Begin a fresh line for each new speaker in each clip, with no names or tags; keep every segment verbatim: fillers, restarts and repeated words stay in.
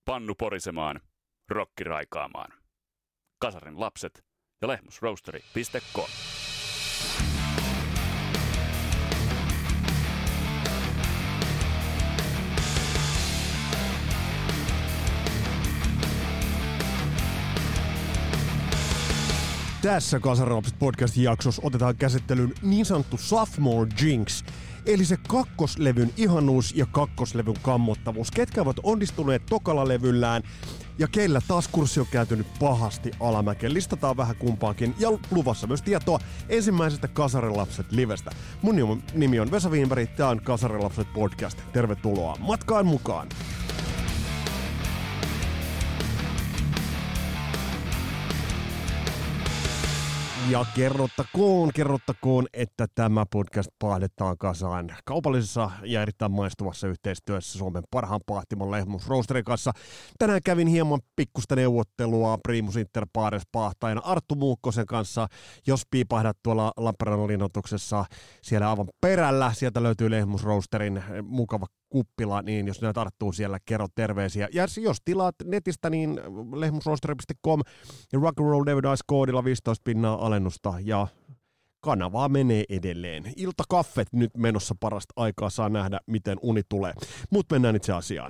pannu porisemaan, rokki raikaamaan. Kasarin lapset ja lehmusroasteri piste com.
Tässä Kasarin lapset podcastin jaksossa otetaan käsittelyyn niin sanottu sophomore jinx, eli se kakkoslevyn ihanuus ja kakkoslevyn kammottavuus. Ketkä ovat onnistuneet tokalla levyllään ja keillä taas kurssi on kääntynyt pahasti alamäkeen. Listataan vähän kumpaankin ja luvassa myös tietoa ensimmäisestä Kasarin lapset livestä. Mun nimi on Vesa Wienberg, tää on Kasarin lapset podcast. Tervetuloa matkaan mukaan! Ja kerrottakoon, kerrottakoon, että tämä podcast paahdetaan kasaan kaupallisessa ja erittäin maistuvassa yhteistyössä Suomen parhaan paahtimon lehmusroasterin kanssa. Tänään kävin hieman pikkusta neuvottelua Primus Inter Pares -paahtajana Arttu Muukkosen kanssa. Jos piipahdat tuolla Lappeenrannan linnoituksessa siellä aivan perällä, sieltä löytyy lehmusroasterin mukava kuppila, niin jos ne tarttuu siellä, kerro terveisiä. Ja jos tilaat netistä, niin lehmusroasteri piste com ja Rock'n'Roll David Ice-koodilla viisitoista pinnaa alennusta ja kanavaa menee edelleen. Iltakaffet nyt menossa parasta aikaa, saa nähdä miten uni tulee. Mut mennään itse asiaan.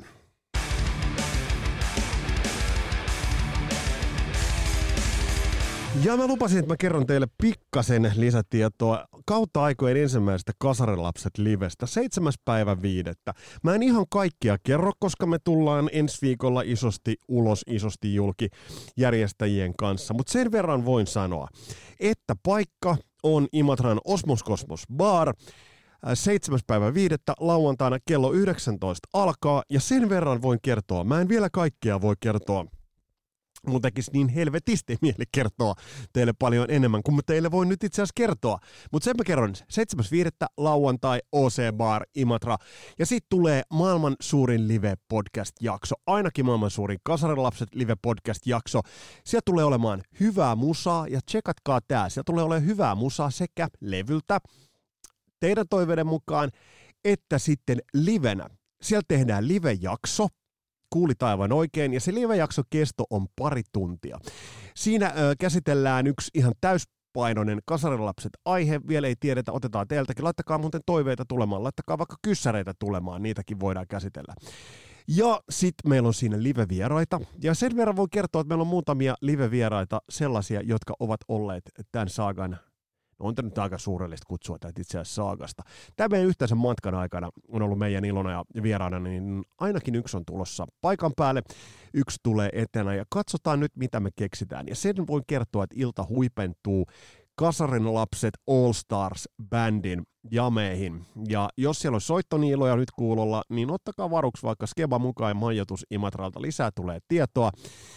Ja mä lupasin, että mä kerron teille pikkasen lisätietoa kautta aikojen ensimmäisestä Kasarin lapset livestä, seitsemäs päivä viidettä. Mä en ihan kaikkia kerro, koska me tullaan ensi viikolla isosti ulos, isosti julki järjestäjien kanssa. Mutta sen verran voin sanoa, että paikka on Imatran Osmos Cosmos Bar. seitsemäs päivä viidettä lauantaina kello yhdeksäntoista alkaa, ja sen verran voin kertoa. Mä en vielä kaikkea voi kertoa. Mun tekisi niin helvetisti mieli kertoa teille paljon enemmän kuin mä teille voin nyt itse asiassa kertoa. Mutta sen mä kerron, seitsemäs viidettä lauantai O C Bar Imatra. Ja sit tulee maailman suurin live-podcast-jakso. Ainakin maailman suurin Kasarin lapset live-podcast-jakso. Siellä tulee olemaan hyvää musaa ja tsekatkaa tää. Siellä tulee olemaan hyvää musaa sekä levyltä teidän toiveiden mukaan että sitten livenä. Siellä tehdään live-jakso. Kuulit aivan oikein, ja se live-jakso kesto on pari tuntia. Siinä ö, käsitellään yksi ihan täyspainoinen Kasarin lapset aihe, vielä ei tiedetä, otetaan teiltäkin, laittakaa muuten toiveita tulemaan, laittakaa vaikka kyssäreitä tulemaan, niitäkin voidaan käsitellä. Ja sitten meillä on siinä live-vieraita, ja sen verran voi kertoa, että meillä on muutamia live-vieraita sellaisia, jotka ovat olleet tämän saagan. No on tämä nyt aika suurellista kutsua tätä itse asiassa saagasta. Tämä meidän yhteisen matkan aikana on ollut meidän Ilona ja vieraana, niin ainakin yksi on tulossa paikan päälle, yksi tulee etenä ja katsotaan nyt mitä me keksitään. Ja sen voin kertoa, että ilta huipentuu Kasarin lapset All Stars-bändin jameihin. Ja jos siellä on soittoniiloja nyt kuulolla, niin ottakaa varuksi vaikka skeba mukaan ja majoitus Imatralta. Lisää tulee tietoa.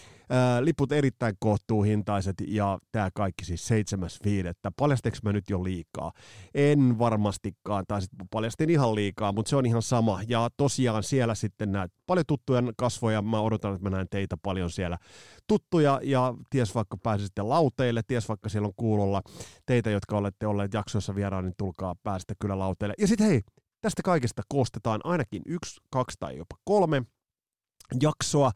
Ää, liput erittäin kohtuuhintaiset ja tämä kaikki siis seitsemäs viidettä. Paljasteks mä nyt jo liikaa? En varmastikaan, tai sitten paljastin ihan liikaa, mutta se on ihan sama. Ja tosiaan siellä sitten näet paljon tuttuja kasvoja. Mä odotan, että mä näen teitä paljon siellä tuttuja ja ties vaikka pääsisitte lauteille, ties vaikka siellä on kuulolla teitä, jotka olette olleet jaksoissa vieraan, niin tulkaa päästä kyllä lauteille. Ja sitten hei, tästä kaikesta koostetaan ainakin yksi, kaksi tai jopa kolme jaksoa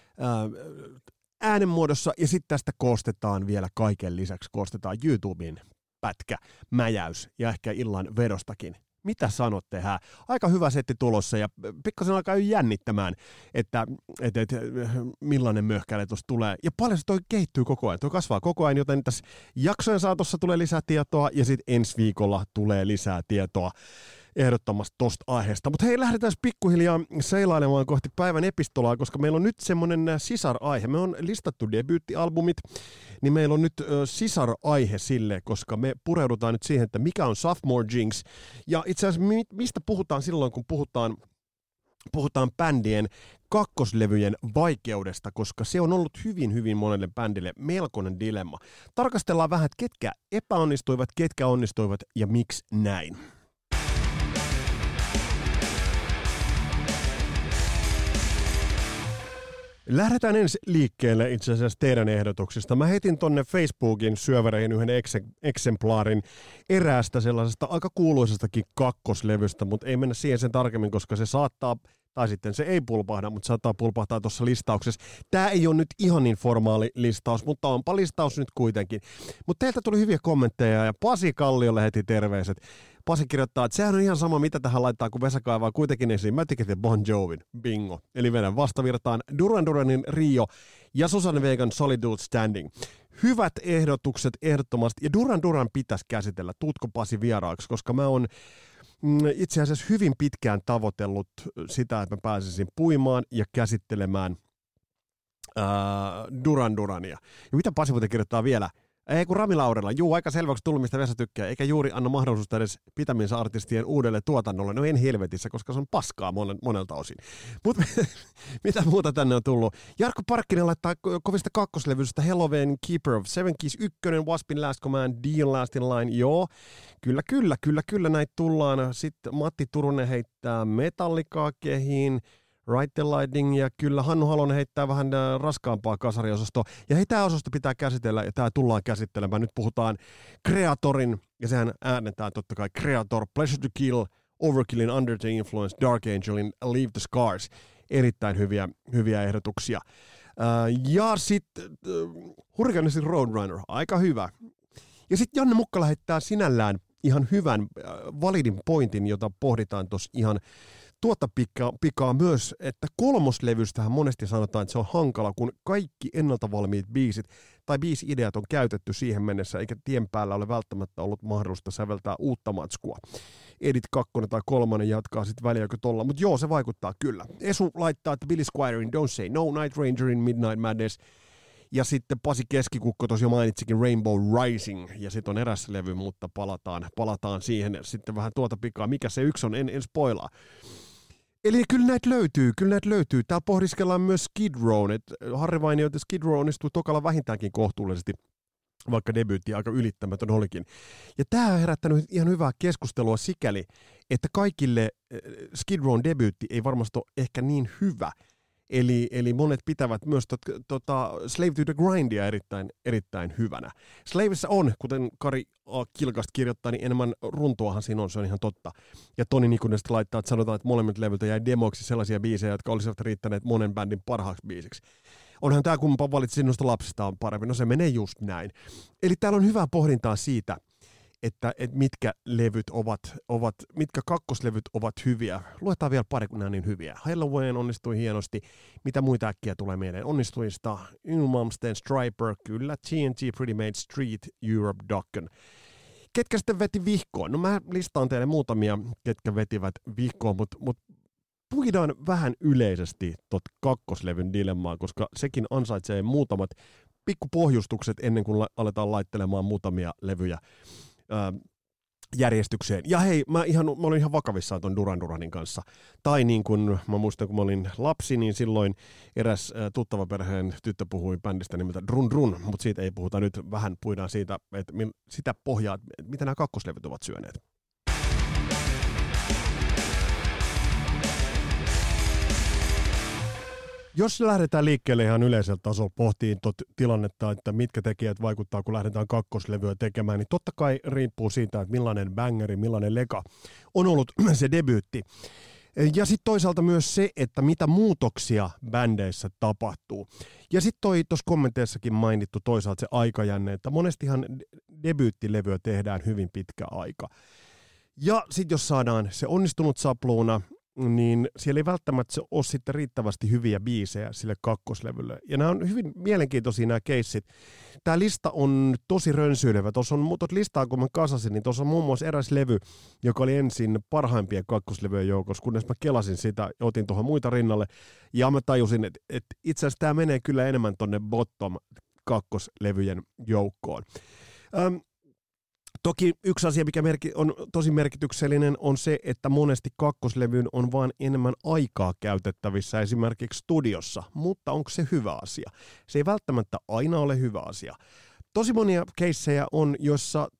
äänen muodossa, ja sitten tästä koostetaan vielä kaiken lisäksi, koostetaan YouTuben pätkä, mäjäys ja ehkä illan vedostakin. Mitä sanotte, hää? Aika hyvä setti tulossa, ja pikkasen alkaa jo jännittämään, että et, et, millainen möhkäile tuossa tulee. Ja paljon se toi kehittyy koko ajan, toi kasvaa koko ajan, joten tässä jaksojen saatossa tulee lisää tietoa, ja sitten ensi viikolla tulee lisää tietoa ehdottomasti tosta aiheesta. Mutta hei, lähdetään pikkuhiljaa seilailemaan kohti päivän epistolaa, koska meillä on nyt semmoinen sisar-aihe. Me on listattu debyyttialbumit, niin meillä on nyt ö, sisar-aihe sille, koska me pureudutaan nyt siihen, että mikä on sophomore jinx. Ja itse asiassa mi- mistä puhutaan silloin, kun puhutaan, puhutaan bändien kakkoslevyjen vaikeudesta, koska se on ollut hyvin, hyvin monelle bändille melkoinen dilemma. Tarkastellaan vähän, että ketkä epäonnistuivat, ketkä onnistuivat ja miksi näin. Lähdetään ensin liikkeelle itse asiassa teidän ehdotuksista. Mä heitin tonne Facebookin syövereihin yhden ekse- eksemplaarin eräästä sellaisesta aika kuuluisestakin kakkoslevystä, mutta ei mennä siihen sen tarkemmin, koska se saattaa, tai sitten se ei pulpahda, mutta saattaa pulpahtaa tuossa listauksessa. Tää ei ole nyt ihan niin formaali listaus, mutta onpa listaus nyt kuitenkin. Mutta teiltä tuli hyviä kommentteja ja Pasi Kalliolle heti terveiset. Pasi kirjoittaa, että sehän on ihan sama, mitä tähän laittaa, kun Vesa kaivaa kuitenkin esiin Mätiket ja Bon Jovin. Bingo. Eli meidän vastavirtaan Duran Duranin Rio ja Susanne Vegan Solitude Standing. Hyvät ehdotukset ehdottomasti. Ja Duran Duran pitäisi käsitellä. Tuutko Pasi vieraaksi, koska mä oon itse asiassa hyvin pitkään tavoitellut sitä, että mä pääsisin puimaan ja käsittelemään ää, Duran Durania. Ja mitä Pasi muuten kirjoittaa vielä? Ei kun Rami Laurella, juu, aika selväksi tullut, mistä Vesa tykkää, eikä juuri anna mahdollisuutta edes pitämiensä artistien uudelle tuotannolle. No en helvetissä, koska se on paskaa monelta osin. Mutta mitä muuta tänne on tullut? Jarkko Parkkinen laittaa kovista kakkoslevystä Helloween Keeper of Seven Keys yksi, Waspin Last Command, Dean Last in Line, joo. Kyllä, kyllä, kyllä, kyllä näitä tullaan. Sitten Matti Turunen heittää Metallicaa kehiin. Right the Lightning, ja kyllä Hannu Halonen heittää vähän raskaampaa kasariosastoa. Ja hei, tämä osasto pitää käsitellä, ja tämä tullaan käsittelemään. Nyt puhutaan Creatorin, ja sehän äänetään totta kai Creator, Pleasure to Kill, Overkillin, Under the Influence, Dark Angelin, Leave the Scars. Erittäin hyviä, hyviä ehdotuksia. Uh, ja sitten uh, Hurricanesin Roadrunner, aika hyvä. Ja sitten Janne Mukkala heittää sinällään ihan hyvän, uh, validin pointin, jota pohditaan tuossa ihan tuota pikaa, pikaa myös, että kolmoslevystähän monesti sanotaan, että se on hankala, kun kaikki ennalta valmiit biisit tai biisi-ideat on käytetty siihen mennessä, eikä tien päällä ole välttämättä ollut mahdollista säveltää uutta matskua. Edit kakkonen tai kolmannen jatkaa sitten väliäkö tolla, mutta joo, se vaikuttaa kyllä. Esu laittaa, että Billy Squirein Don't Say No, Night Rangerin Midnight Madness, ja sitten Pasi Keskikukko tosiaan mainitsikin Rainbow Rising, ja sitten on eräs levy, mutta palataan, palataan siihen sitten vähän tuota pikaa. Mikä se yksi on, en, en spoilaa. Eli kyllä näitä löytyy, kyllä näitä löytyy. Täällä pohdiskellaan myös Skid Rown, että Harri Vainio, että Skid Row onnistui tokalla vähintäänkin kohtuullisesti, vaikka debyytti aika ylittämätön olikin. Ja tämä on herättänyt ihan hyvää keskustelua sikäli, että kaikille Skid Rown debyytti ei varmasti ole ehkä niin hyvä. Eli, eli monet pitävät myös tot, tota, Slave to the Grindia erittäin, erittäin hyvänä. Slavessa on, kuten Kari A. Kilkasta kirjoittaa, niin enemmän runtuahan siinä on, se on ihan totta. Ja Toni Nikunen sitten laittaa, että sanotaan, että molemmilta levyltä jäi demoiksi sellaisia biisejä, jotka olisivat riittäneet monen bändin parhaaksi biisiksi. Onhan tämä, kumpa valitsi sinusta lapsista on parempi, no se menee just näin. Eli täällä on hyvää pohdintaa siitä, että, että mitkä levyt ovat, ovat, mitkä kakkoslevyt ovat hyviä. Luetaan vielä pari, kun nämä on niin hyviä. Halloween onnistui hienosti. Mitä muita äkkiä tulee mieleen? Onnistuista Malmsteen Striper, kyllä. T N T, Pretty Made Street, Europe, Dokken. Ketkä sitten veti vihkoon? No mä listaan teille muutamia, ketkä vetivät vihkoon, mutta mut puidaan vähän yleisesti tot kakkoslevyn dilemmaa, koska sekin ansaitsee muutamat pikkupohjustukset ennen kuin la- aletaan laittelemaan muutamia levyjä Ää, järjestykseen. Ja hei, mä, ihan, mä olin ihan vakavissaan ton Duran Duranin kanssa. Tai niin kuin mä muistan, kun mä olin lapsi, niin silloin eräs ä, tuttava perheen tyttö puhui bändistä nimeltä Drun Drun, mutta siitä ei puhuta nyt. Vähän puidaan siitä, että mil, sitä pohjaa, että mitä nämä kakkoslevyt ovat syöneet. Jos lähdetään liikkeelle ihan yleisellä tasolla pohtiin tot tilannetta, että mitkä tekijät vaikuttaa, kun lähdetään kakkoslevyä tekemään, niin totta kai riippuu siitä, että millainen bangeri, millainen leka on ollut se debyytti. Ja sitten toisaalta myös se, että mitä muutoksia bändeissä tapahtuu. Ja sitten toi tuossa kommenteissakin mainittu toisaalta se aikajänne, että monestihan debyyttilevyä tehdään hyvin pitkä aika. Ja sitten jos saadaan se onnistunut sapluuna, niin siellä ei välttämättä ole sitten riittävästi hyviä biisejä sille kakkoslevylle. Ja nämä on hyvin mielenkiintoisia nämä keissit. Tämä lista on tosi rönsyilevä. Tuossa on tuota listaa, kun mä kasasin, niin tuossa on muun muassa eräs levy, joka oli ensin parhaimpien kakkoslevyjen joukossa, kunnes mä kelasin sitä ja otin tuohon muita rinnalle. Ja mä tajusin, että, että itse asiassa tämä menee kyllä enemmän tonne bottom kakkoslevyjen joukkoon. Öm, Toki yksi asia, mikä merki, on tosi merkityksellinen, on se, että monesti kakkoslevyyn on vaan enemmän aikaa käytettävissä esimerkiksi studiossa, mutta onko se hyvä asia? Se ei välttämättä aina ole hyvä asia. Tosi monia keissejä on, joissa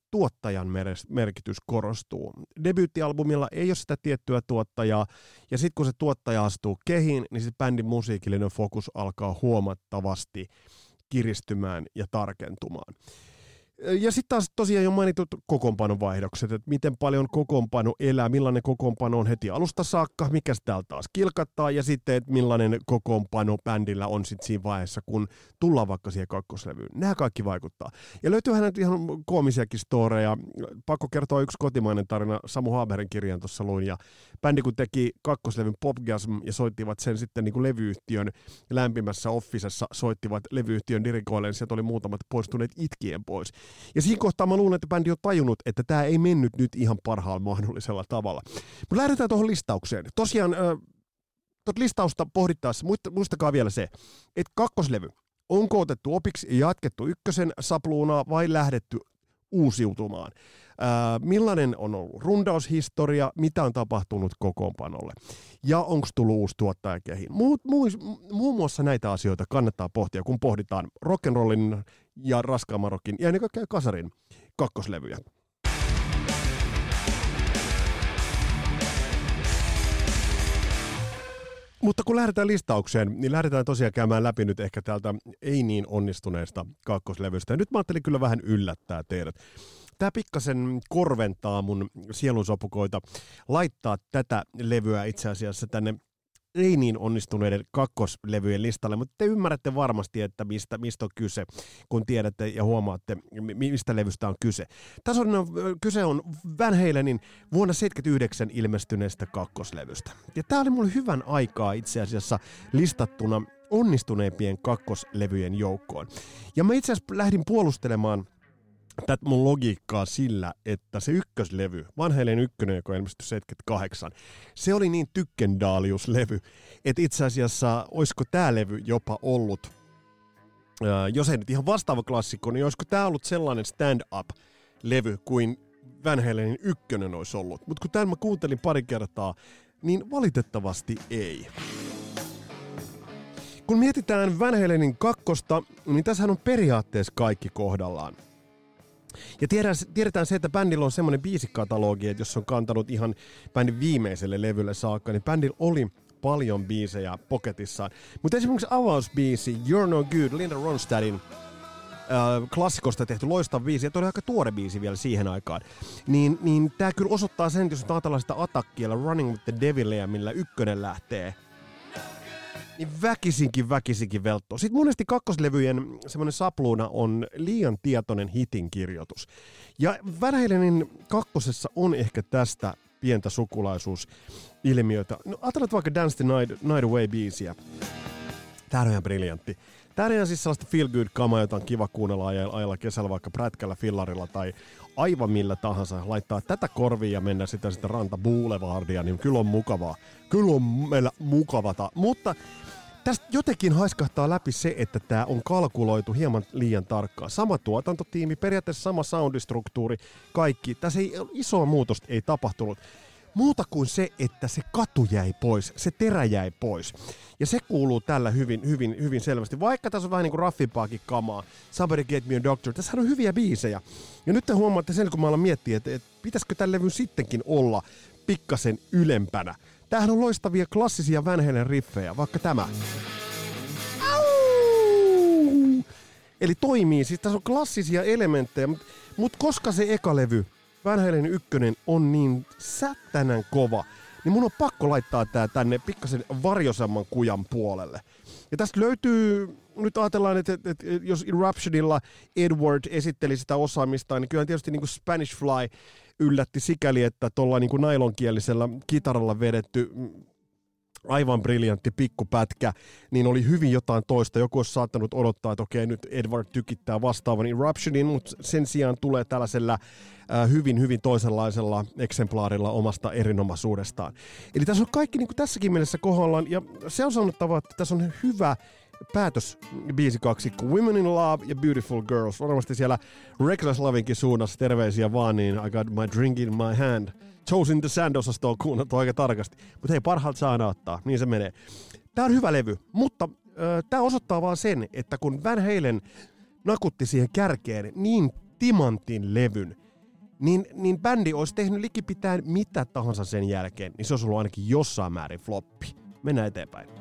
tuottajan merkitys korostuu. Debyyttialbumilla ei ole sitä tiettyä tuottajaa, ja sitten kun se tuottaja astuu kehiin, niin se bändin musiikillinen fokus alkaa huomattavasti kiristymään ja tarkentumaan. Ja sitten taas tosiaan jo mainitut kokoonpanovaihdokset, että miten paljon kokoonpano elää, millainen kokoonpano on heti alusta saakka, mikä täällä taas kilkattaa, ja sitten, että millainen kokoonpano bändillä on sitten siinä vaiheessa, kun tullaan vaikka siihen kakkoslevyyn. Nämä kaikki vaikuttaa. Ja löytyyhän nyt ihan koomisiakin storeja. Pakko kertoa yksi kotimainen tarina, Samu Haaberin kirjan tuossa luin, ja bändi kun teki kakkoslevyn Popgasm, ja soittivat sen sitten niin kuin levyyhtiön lämpimässä offisessa, soittivat levyyhtiön dirikoille, niin sieltä oli muutamat poistuneet itkien pois. Ja siinä kohtaa mä luulen, että bändi on tajunnut, että tämä ei mennyt nyt ihan parhaalla mahdollisella tavalla. Mutta lähdetään tuohon listaukseen. Tosiaan, äh, tuota listausta pohdittaessa, muistakaa vielä se, että kakkoslevy, onko otettu opiksi ja jatkettu ykkösen sapluunaa vai lähdetty uusiutumaan? Äh, millainen on ollut rundaushistoria, mitä on tapahtunut kokoonpanolle ja onko tullut uusi tuottaja kehiin. Muut, muun, muun muassa näitä asioita kannattaa pohtia, kun pohditaan rock'n'rollin ja raskaamman rockin ja ennen kaikkea kasarin kakkoslevyjä. Mutta kun lähdetään listaukseen, niin lähdetään tosiaan käymään läpi nyt ehkä täältä ei niin onnistuneesta kakkoslevystä. Ja nyt mä ajattelin kyllä vähän yllättää teidät. Tämä pikkasen korventaa mun sielunsopukoita laittaa tätä levyä itse asiassa tänne ei niin onnistuneiden kakkoslevyjen listalle, mutta te ymmärrätte varmasti, että mistä, mistä on kyse, kun tiedätte ja huomaatte, mistä levystä on kyse. Tässä on, kyse on Van Halenin vuonna seitsemänkymmentäyhdeksän ilmestyneestä kakkoslevystä. Ja tämä oli mulle hyvän aikaa itse asiassa listattuna onnistuneimpien kakkoslevyjen joukkoon. Ja mä itse asiassa lähdin puolustelemaan tätä mun logiikkaa sillä, että se ykköslevy, Van Halen ykkönen, joka ilmestyi seitsemänkymmentäkahdeksan, se oli niin Tykkendalius-levy, että itse asiassa olisiko tämä levy jopa ollut, ää, jos ei nyt ihan vastaava klassikko, niin olisiko tämä ollut sellainen stand-up-levy kuin Van Halenin ykkönen olisi ollut. Mutta kun tämän mä kuuntelin pari kertaa, niin valitettavasti ei. Kun mietitään Van Halenin kakkosta, niin tässähän on periaatteessa kaikki kohdallaan. Ja tiedetään se, että bändillä on semmoinen biisikatalogi, että jos on kantanut ihan bändin viimeiselle levylle saakka, niin bändillä oli paljon biisejä poketissaan. Mutta esimerkiksi avausbiisi You're No Good, Linda Ronstadtin äh, klassikosta tehty loistava biisi, ja toi oli aika tuore biisi vielä siihen aikaan, niin, niin tää kyllä osoittaa sen, että jos ajatellaan sitä Attackia, Running with the Devilia, millä ykkönen lähtee, niin väkisinkin, väkisinkin velttoo. Sitten monesti kakkoslevyjen semmoinen sapluuna on liian tietoinen hitin kirjoitus. Ja Van Halenin kakkosessa on ehkä tästä pientä sukulaisuusilmiötä. No, ajatellaan vaikka Dance the Night, Night Away-biisiä. Tää on ihan briljantti. Tää on ihan siis sellaista feel-good-kamaa, jota on kiva kuunnella ajalla kesällä vaikka prätkällä, fillarilla tai aivan millä tahansa. Laittaa tätä korviin ja mennä sitä sitten Ranta Boulevardia, niin kyllä on mukavaa. Kyllä on meillä mukavata, mutta tästä jotenkin haiskahtaa läpi se, että tämä on kalkuloitu hieman liian tarkkaan. Sama tuotantotiimi, periaatteessa sama soundistruktuuri, kaikki. Tässä ei, isoa muutosta ei tapahtunut. Muuta kuin se, että se katu jäi pois, se terä jäi pois. Ja se kuuluu tällä hyvin, hyvin, hyvin selvästi. Vaikka tässä on vähän niin kuin raffimpaakin kamaa. Somebody Get Me a Doctor. Tässä on hyviä biisejä. Ja nyt te huomaatte sen, kun mä alan miettiä, että, että pitäisikö tämän levyn sittenkin olla pikkasen ylempänä. Tämähän on loistavia klassisia Van Halen riffejä, vaikka tämä. Au! Eli toimii, siis tässä on klassisia elementtejä, mutta mut koska se eka levy, Van Halen ykkönen, on niin sättänän kova, niin mun on pakko laittaa tää tänne pikkasen varjoisemman kujan puolelle. Ja tästä löytyy, nyt ajatellaan, että, että, että jos Eruptionilla Edward esitteli sitä osaamistaan, niin kyllä tietysti niin kuin Spanish Fly yllätti sikäli, että tuolla niin kuin nailonkielisellä kitaralla vedetty aivan briljantti pikkupätkä, niin oli hyvin jotain toista. Joku olisi saattanut odottaa, että okei, nyt Edward tykittää vastaavan Eruptionin, mutta sen sijaan tulee tällaisella äh, hyvin, hyvin toisenlaisella eksemplaarilla omasta erinomaisuudestaan. Eli tässä on kaikki niin kuin tässäkin mielessä kohdallaan, ja se on sanottava, että tässä on hyvä päätös biisikaksikko Women in Love ja Beautiful Girls. Varmasti siellä Reckless Lovinkin suunnassa terveisiä vaan, niin I got my drink in my hand. Chosen the Sand-osastoa kuunneltu aika tarkasti. Mutta hei, parhaalta saa aina ottaa. Niin se menee. Tää on hyvä levy, mutta äh, tää osoittaa vaan sen, että kun Van Halen nakutti siihen kärkeen niin timantin levyn, niin, niin bändi olisi tehnyt likipitäen mitä tahansa sen jälkeen, niin se olisi ollut ainakin jossain määrin floppi. Mennään eteenpäin.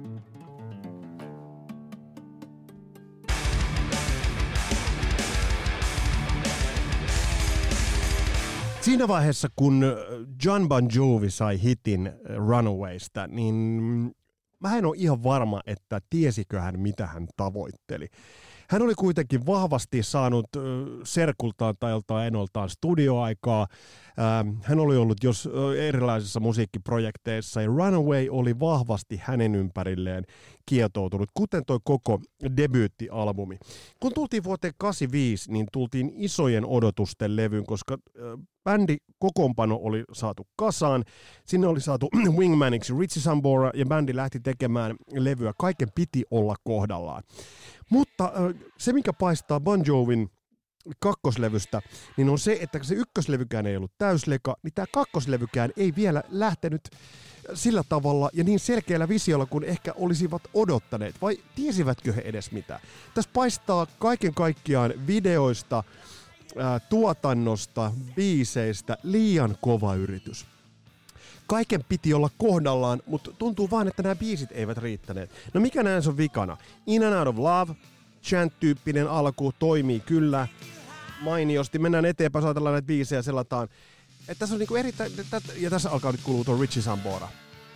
Siinä vaiheessa, kun Jon Bon Jovi sai hitin Runawaysta, niin mä en ole ihan varma, että tiesikö hän, mitä hän tavoitteli. Hän oli kuitenkin vahvasti saanut serkultaan tai joltain enoltaan studioaikaa. Hän oli ollut jos erilaisissa musiikkiprojekteissa ja Runaway oli vahvasti hänen ympärilleen kietoutunut, kuten toi koko debyyttialbumi. Kun tultiin vuoteen kahdeksankymmentäviisi, niin tultiin isojen odotusten levyyn, koska bändi kokoonpano oli saatu kasaan. Sinne oli saatu wingmaniksi Richie Sambora ja bändi lähti tekemään levyä. Kaiken piti olla kohdallaan. Mutta se, mikä paistaa Bon Jovin kakkoslevystä, niin on se, että se ykköslevykään ei ollut täysleka, niin tämä kakkoslevykään ei vielä lähtenyt sillä tavalla ja niin selkeällä visiolla, kun ehkä olisivat odottaneet. Vai tiesivätkö he edes mitä? Tässä paistaa kaiken kaikkiaan videoista, ää, tuotannosta, biiseistä liian kova yritys. Kaiken piti olla kohdallaan, mutta tuntuu vaan, että nämä biisit eivät riittäneet. No mikä näin on vikana? In and Out of Love, chant-tyyppinen alku, toimii kyllä mainiosti. Mennään eteenpäin, saatellaan näitä biisejä, selataan. Että tässä on niinku erittäin, ja tässä alkaa nyt kulua tuon Richie Sambora.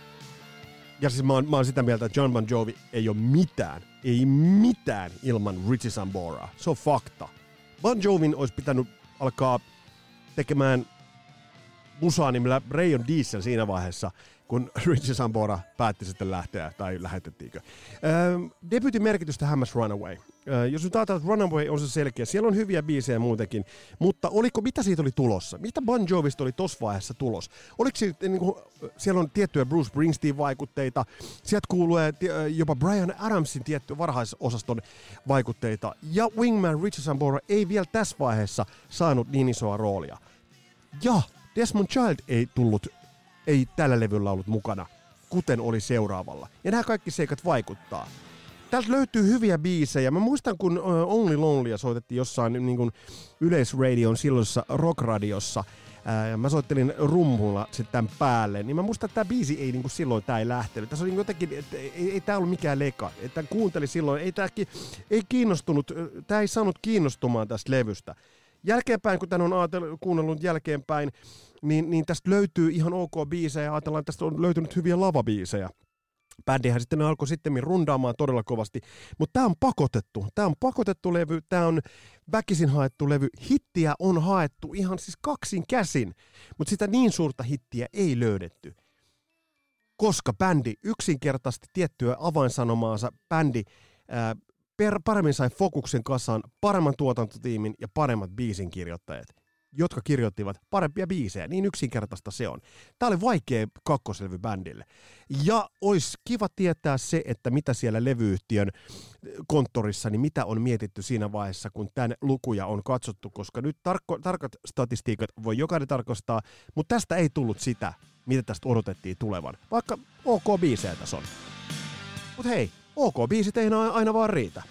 Ja siis mä oon, mä oon sitä mieltä, että Jon Bon Jovi ei ole mitään, ei mitään ilman Richie Samboraa. Se on fakta. Bon Jovin olisi pitänyt alkaa tekemään musaa nimellä Rayon Diesel siinä vaiheessa, kun Richie Sambora päätti sitten lähteä, tai lähetettiinkö. Öö, Debyytin merkitystä hämmäs Runaway. Öö, jos nyt ajatellaan, että Runaway on se selkeä, siellä on hyviä biisejä muutenkin, mutta oliko, mitä siitä oli tulossa? Mitä Bon Jovista oli tossa vaiheessa tulos? Oliko siitä, niin kuin, siellä on tiettyjä Bruce Springsteen-vaikutteita, sieltä kuuluu jopa Bryan Adamsin tiettyä varhaisosaston vaikutteita, ja Wingman Richie Sambora ei vielä tässä vaiheessa saanut niin isoa roolia. Ja Desmond Child ei tullut, ei tällä levyllä ollut mukana, kuten oli seuraavalla. Ja nämä kaikki seikat vaikuttaa. Täältä löytyy hyviä biisejä. Mä muistan, kun Only Lonelya soitettiin jossain niin kuin Yleisradion silloisessa rockradiossa. Ää, mä soittelin rummulla sitten tämän päälle. Niin mä muistan, että tämä biisi ei niin kuin silloin tää ei lähtenyt. Tässä oli jotenkin, että ei, ei tää ollut mikään leka. Että kuunteli silloin, ei tää ei kiinnostunut, tää ei saanut kiinnostumaan tästä levystä. Jälkeenpäin, kun tämän on ajatellut, kuunnellut jälkeenpäin, niin, niin tästä löytyy ihan ok biisejä. Ajatellaan, että tästä on löytynyt hyviä lavabiisejä. Bändihän sitten alkoi sitten rundaamaan todella kovasti, mutta tämä on pakotettu. Tämä on pakotettu levy, tämä on väkisin haettu levy. Hittiä on haettu ihan siis kaksin käsin, mutta sitä niin suurta hittiä ei löydetty. Koska bändi yksinkertaisesti tiettyä avainsanomaansa, bändi ää, per, paremmin sai fokuksen kasaan, paremman tuotantotiimin ja paremmat biisinkirjoittajat, jotka kirjoittivat parempia biisejä. Niin yksinkertaista se on. Tämä oli vaikea kakkoslevy bändille. Ja olisi kiva tietää se, että mitä siellä levyyhtiön konttorissa, niin mitä on mietitty siinä vaiheessa, kun tämän lukuja on katsottu, koska nyt tarkko, tarkat statistiikat voi jokainen tarkastaa, mutta tästä ei tullut sitä, mitä tästä odotettiin tulevan. Vaikka ok biisejä tässä on. Mutta hei, ok biisit ei aina vaan riitä.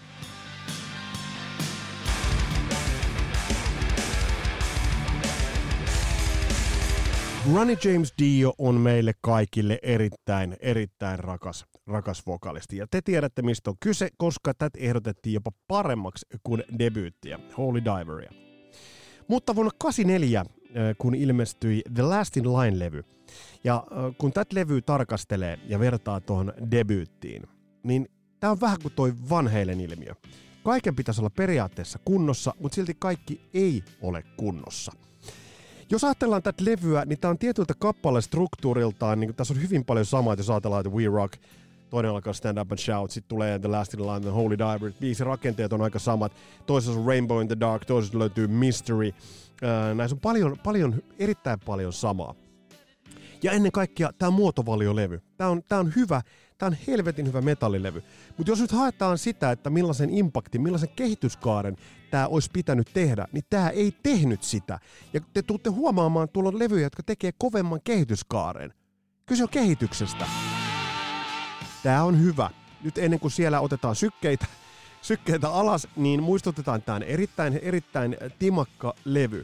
Ronnie James Dio on meille kaikille erittäin, erittäin rakas, rakas vokalisti. Ja te tiedätte, mistä on kyse, koska tätä ehdotettiin jopa paremmaksi kuin debyyttiä, Holy Diveria. Mutta vuonna kahdeksankymmentäneljä, kun ilmestyi The Last in Line-levy, ja kun tätä levyä tarkastelee ja vertaa tuohon debyyttiin, niin tämä on vähän kuin toi Van Halen-ilmiö. Kaiken pitäisi olla periaatteessa kunnossa, mutta silti kaikki ei ole kunnossa. Jos ajatellaan tätä levyä, niin tämä on tietyltä kappalestruktuuriltaan, niin tässä on hyvin paljon samaa, jos ajatellaan, että We Rock, toinen alkaa Stand Up and Shout, sitten tulee The Last in Line, The Holy Diver, biisin rakenteet on aika samat, toisessa on Rainbow in the Dark, toisessa löytyy Mystery, näissä on paljon, paljon, erittäin paljon samaa. Ja ennen kaikkea tämä on muotovaliolevy, tämä on, tämä on hyvä, tämä on helvetin hyvä metallilevy, mutta jos nyt haetaan sitä, että millaisen impaktin, millaisen kehityskaaren tämä olisi pitänyt tehdä, niin tämä ei tehnyt sitä. Ja te tuutte huomaamaan, tuolla on levyjä, jotka tekee kovemman kehityskaaren. Kyse on kehityksestä. Tämä on hyvä. Nyt ennen kuin siellä otetaan sykkeitä, sykkeitä alas, niin muistutetaan, että tämä on erittäin, erittäin timakka levy.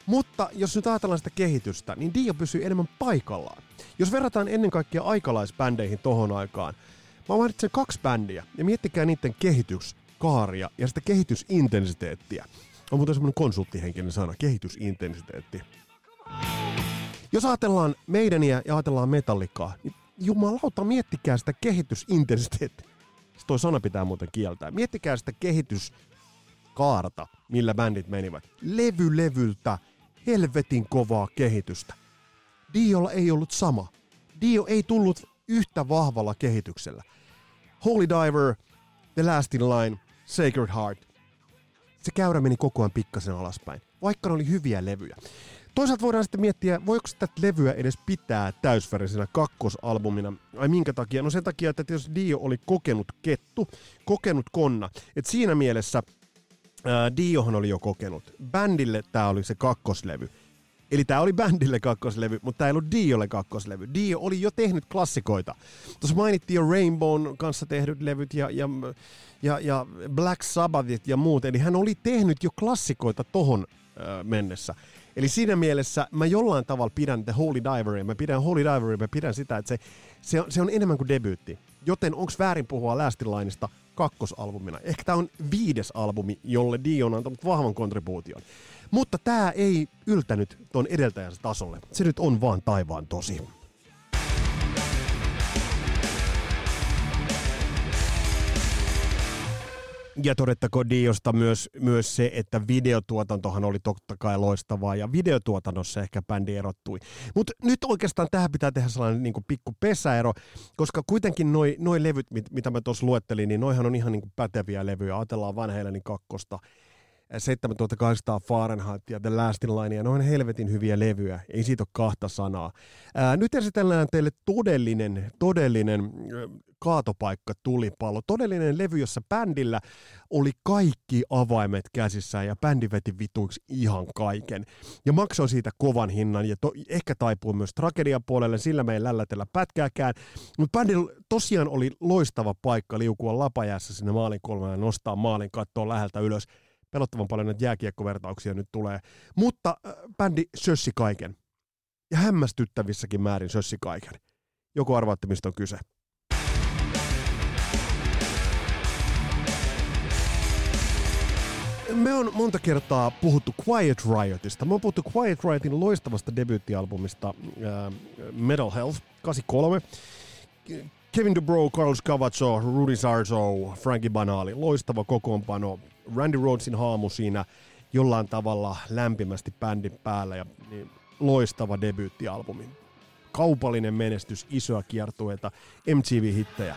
Mutta jos nyt ajatellaan sitä kehitystä, niin Dio pysyy enemmän paikallaan. Jos verrataan ennen kaikkea aikalaisbändeihin tohon aikaan, mä mainitsen kaksi bändiä ja miettikää niiden kehityskaaria ja sitä kehitysintensiteettiä. On muuten semmoinen konsulttihenkinen sana, kehitysintensiteetti. Jos ajatellaan meidäniä ja ajatellaan Metallicaa, niin jumalauta, miettikää sitä kehitysintensiteettiä. Toi sana pitää muuten kieltää. Miettikää sitä kehityskaarta, millä bändit menivät. Levy levyltä, helvetin kovaa kehitystä. Diolla ei ollut sama. Dio ei tullut yhtä vahvalla kehityksellä. Holy Diver, The Last in Line, Sacred Heart. Se käyrä meni koko ajan pikkasen alaspäin, vaikka ne oli hyviä levyjä. Toisaalta voidaan sitten miettiä, voiko sitä levyä edes pitää täysvärisenä kakkosalbumina. Ai minkä takia? No sen takia, että tietysti Dio oli kokenut kettu, kokenut konna. Et siinä mielessä ää, Diohan oli jo kokenut. Bändille tää oli se kakkoslevy. Eli tää oli bändille kakkoslevy, mutta tää ei ollut Diolle kakkoslevy. Dio oli jo tehnyt klassikoita. Tuossa mainittiin jo Rainbown kanssa tehdyt levyt ja, ja, ja, ja Black Sabbathit ja muut. Eli hän oli tehnyt jo klassikoita tohon ää, mennessä. Eli siinä mielessä mä jollain tavalla pidän The Holy Diveria, mä pidän Holy Diveria, mä pidän sitä, että se, se, on, se on enemmän kuin debyytti. Joten onks väärin puhua Last in Lineista kakkosalbumina? Ehkä tää on viides albumi, jolle Dio on antanut vahvan kontribuution. Mutta tää ei yltänyt ton edeltäjänsä tasolle. Se nyt on vaan taivaan tosi. Ja todettakoon Diosta myös, myös se, että videotuotantohan oli totta kai loistavaa, ja videotuotannossa ehkä bändi erottui. Mutta nyt oikeastaan tähän pitää tehdä sellainen niin kuin pikku pesäero, koska kuitenkin noi, noi levyt, mit, mitä mä tuossa luettelin, niin noihan on ihan niin kuin päteviä levyjä. Ajatellaan Van Halenin kakkosta, seitsemäntuhattakahdeksansataa Fahrenheit ja The Last in Line, ja ne on helvetin hyviä levyjä, ei siitä ole kahta sanaa. Ää, nyt esitellään teille todellinen, todellinen äh, kaatopaikka tulipallo, todellinen levy, jossa bändillä oli kaikki avaimet käsissään, ja bändi veti vituiksi ihan kaiken. Ja maksoi siitä kovan hinnan, ja to, ehkä taipuu myös tragediapuolelle, sillä me ei lällätellä pätkääkään, mutta bändillä tosiaan oli loistava paikka liukua lapajäässä sinne maalinkolmaan ja nostaa maalin kattoon läheltä ylös. Pelottavan paljon näitä jääkiekkovertauksia nyt tulee. Mutta äh, bändi sössi kaiken. Ja hämmästyttävissäkin määrin sössi kaiken. Joku arvaatte, mistä on kyse. Me on monta kertaa puhuttu Quiet Riotista. Me on puhuttu Quiet Riotin loistavasta debyyttialbumista äh, Metal Health kahdeksankymmentäkolme. Kevin DuBrow, Carlos Cavacho, Rudy Sarzo, Frankie Banali. Loistava kokoonpano. Randy Rhodesin haamu siinä jollain tavalla lämpimästi bändin päällä ja niin, loistava debyyttialbumi. Kaupallinen menestys, isoa kiertueita, M T V-hittejä.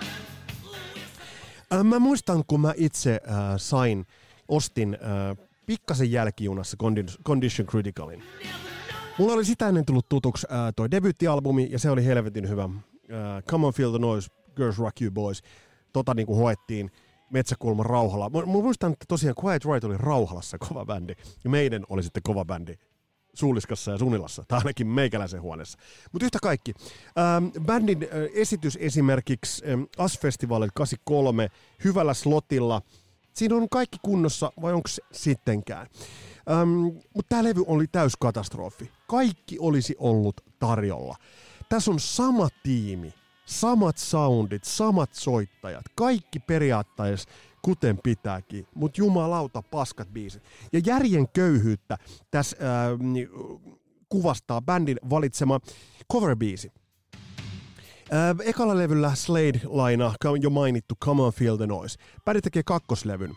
Äh, mä muistan, kun mä itse äh, sain, ostin äh, pikkasen jälkijunassa Condition Criticalin. Mulla oli sitä ennen tullut tutuksi äh, toi debyyttialbumi ja se oli helvetin hyvä. Äh, Come on Feel the Noise, Girls Rock You Boys. Tota niinku hoettiin Metsäkulman Rauhala. Mä, mä muistan, että tosiaan Quiet Riot oli Rauhalassa kova bändi, ja meidän oli sitten kova bändi Suuliskassa ja Sunilassa, tai ainakin meikäläisen huoneessa. Mutta yhtä kaikki. Ähm, bändin äh, esitys esimerkiksi ähm, A S-festivaalilla kahdeksankymmentäkolme, hyvällä slotilla. Siinä on kaikki kunnossa, vai onko se sittenkään? Ähm, Mutta tämä levy oli täyskatastrofi. Kaikki olisi ollut tarjolla. Tässä on sama tiimi. Samat soundit, samat soittajat, kaikki periaatteessa kuten pitääkin, mutta jumalauta paskat biisit. Ja järjen köyhyyttä tässä ää, kuvastaa bändin valitsema cover-biisi. Ää, ekalla levyllä Slade-laina, jo mainittu Come on Feel the Noise. Bändi tekee kakkoslevyn.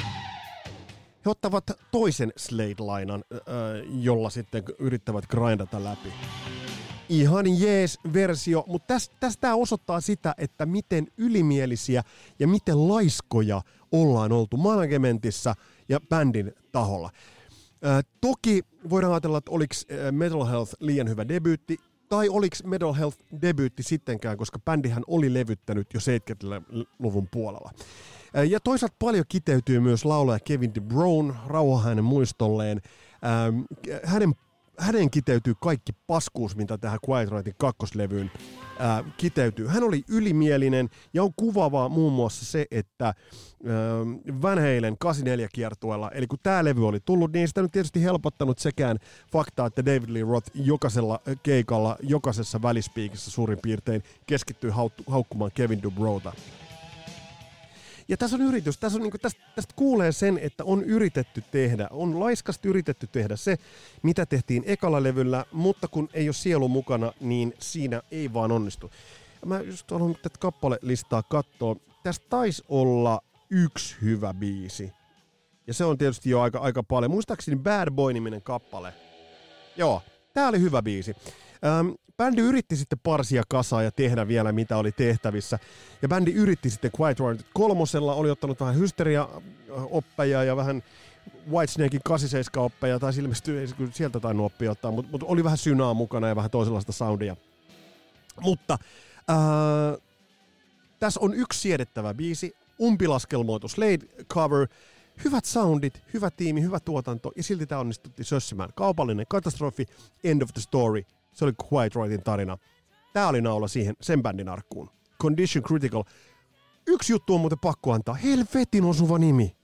He ottavat toisen Slade-lainan, ää, jolla sitten yrittävät grindata läpi. Ihan jees versio, mutta tästä täs tämä osoittaa sitä, että miten ylimielisiä ja miten laiskoja ollaan oltu managementissa ja bändin taholla. Ää, toki voidaan ajatella, että oliko Metal Health liian hyvä debyytti, tai oliko Metal Health debyytti sittenkään, koska bändihän oli levyttänyt jo seitsemänkymmentäluvun puolella. Ää, ja toisaalta paljon kiteytyy myös laulaja Kevin DuBrown, rauha hänen muistolleen. Ää, hänen hänen kiteytyy kaikki paskuus, mitä tähän Quiet Rightin kakkoslevyyn ää, kiteytyy. Hän oli ylimielinen ja on kuvaavaa muun muassa se, että ää, Van Halen kahdeksankymmentäneljä kiertueella, eli kun tämä levy oli tullut, niin ei sitä nyt tietysti helpottanut sekään faktaa, että David Lee Roth jokaisella keikalla, jokaisessa välispiikissä suurin piirtein keskittyy haut- haukkumaan Kevin DuBrowta. Ja tässä on yritys, tässä on, niin kuin, tästä, tästä kuulee sen, että on yritetty tehdä, on laiskasti yritetty tehdä se, mitä tehtiin ekalla levyllä, mutta kun ei ole sielu mukana, niin siinä ei vaan onnistu. Mä just haluan tätä kappalelistaa katsoa. Tässä taisi olla yksi hyvä biisi. Ja se on tietysti jo aika, aika paljon. Muistaakseni Bad Boy-niminen kappale. Joo, tää oli hyvä biisi. Ähm, bändi yritti sitten parsia kasaa ja tehdä vielä mitä oli tehtävissä. Ja bändi yritti sitten Quiet Riot kolmosella, oli ottanut vähän hysteria-oppeja ja vähän Whitesnakein kahdeksankymmentäseitsemän-oppeja, tai ilmeisesti sieltä tainnut oppia ottaa, mutta, mutta oli vähän synaa mukana ja vähän toisenlaista soundia. Mutta äh, tässä on yksi siedettävä biisi, umpilaskelmoitu Slade cover, hyvät soundit, hyvä tiimi, hyvä tuotanto, ja silti tämä onnistuttiin sössimään. Kaupallinen katastrofi, end of the story. Se oli Quiet Rightin tarina. Tää oli naula siihen, sen bändin arkkuun. Condition Critical. Yksi juttu on muuten pakko antaa. Helvetin osuva nimi.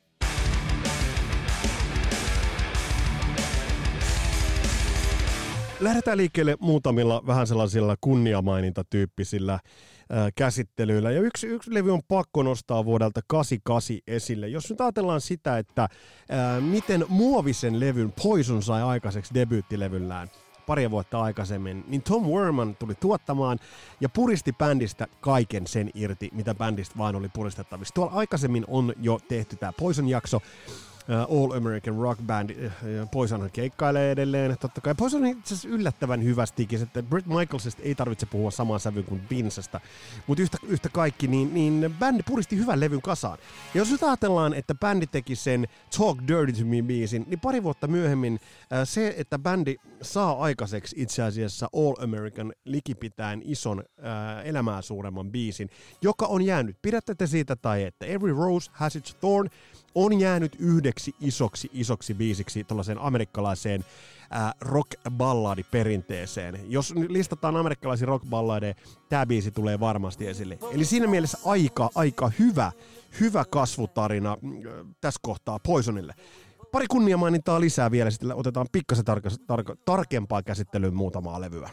Lähdetään liikkeelle muutamilla vähän sellaisilla kunniamainintatyyppisillä ää, käsittelyillä. Ja yksi, yksi levy on pakko nostaa vuodelta kahdeksankymmentäkahdeksan esille. Jos nyt ajatellaan sitä, että ää, miten muovisen levyn Poison sai aikaiseksi debyyttilevyllään pari vuotta aikaisemmin, niin Tom Werman tuli tuottamaan ja puristi bändistä kaiken sen irti, mitä bändistä vaan oli puristettavissa. Tuolla aikaisemmin on jo tehty tämä Poison-jakso, All American Rock Band. Poisonhan keikkailee edelleen, totta kai. Poison on itse asiassa yllättävän hyvästikin, että Bret Michaelsista ei tarvitse puhua samaan sävyyn kuin Vincestä, mutta yhtä, yhtä kaikki, niin, niin bändi puristi hyvän levyn kasaan. Ja jos nyt ajatellaan, että bändi teki sen Talk Dirty to Me-biisin, niin pari vuotta myöhemmin se, että bändi saa aikaiseksi itse asiassa All American likipitäen ison ää, elämää suuremman biisin, joka on jäänyt, pidätte te siitä tai että Every Rose Has Its Thorn, on jäänyt yhdeksi isoksi isoksi biisiksi tuollaiseen amerikkalaiseen äh, rock-balladi-perinteeseen. Jos listataan amerikkalaisia rock-balladeja, tämä biisi tulee varmasti esille. Eli siinä mielessä aika, aika hyvä, hyvä kasvutarina äh, tässä kohtaa Poisonille. Pari kunniamainintaa lisää vielä, sitten otetaan pikkasen tarka- tarka- tarkempaa käsittelyyn muutamaa levyä.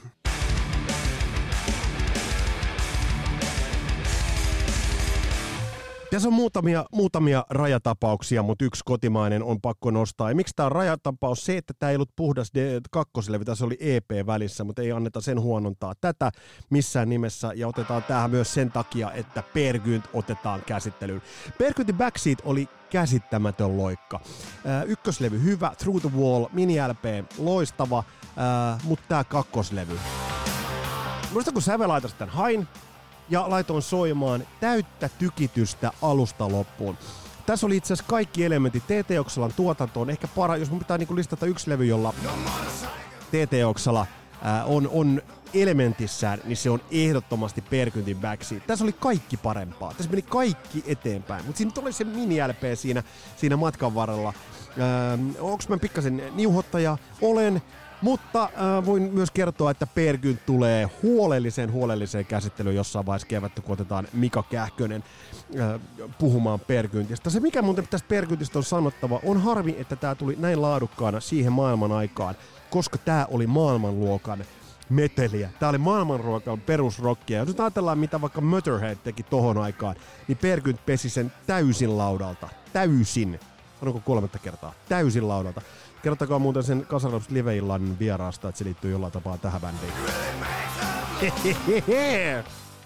Tässä on muutamia, muutamia rajatapauksia, mutta yksi kotimainen on pakko nostaa. Ja miksi tämä on rajatapaus? Se, että tämä ei ollut puhdas de- kakkoslevy, tässä oli E P välissä, mutta ei anneta sen huonontaa tätä missään nimessä. Ja otetaan tähän myös sen takia, että Peer Gynt otetaan käsittelyyn. Peer Gyntin Backseat oli käsittämätön loikka. Äh, ykköslevy hyvä, Through the Wall, mini-L P loistava, äh, mutta tämä kakkoslevy. Muista kun sävelaitosta tämän hain, ja laitoin soimaan täyttä tykitystä alusta loppuun. Tässä oli itse asiassa kaikki elementit. T T Oksalan tuotanto on ehkä para, jos mun pitää niinku listata yksi levy, jolla T T Oksala ää, on, on elementissään, niin se on ehdottomasti Peer Gyntin Backseat. Tässä oli kaikki parempaa. Tässä meni kaikki eteenpäin. Mutta siinä tuli se mini-L P siinä, siinä matkan varrella. Onks mä pikkasen niuhottaja? Olen. Mutta äh, voin myös kertoa, että Peer Gynt tulee huolelliseen huolelliseen käsittelyyn jossain vaiheessa kevättä, kun otetaan Mika Kähkönen äh, puhumaan Peer Gyntistä. Se mikä muuten tästä Peer Gyntistä on sanottava, on harmi, että tämä tuli näin laadukkaana siihen maailman aikaan, koska tämä oli maailmanluokan meteliä. Tämä oli maailmanluokan perusrockia. Jos nyt ajatellaan, mitä vaikka Motorhead teki tohon aikaan, niin Peer Gynt pesi sen täysin laudalta. Täysin. Sanonko kolmatta kertaa? Täysin laudalta. Kertokaa muuten sen Kasaralapset live-illan vieraasta, että se liittyy jollain tapaa tähän bändiin. Hehehehe!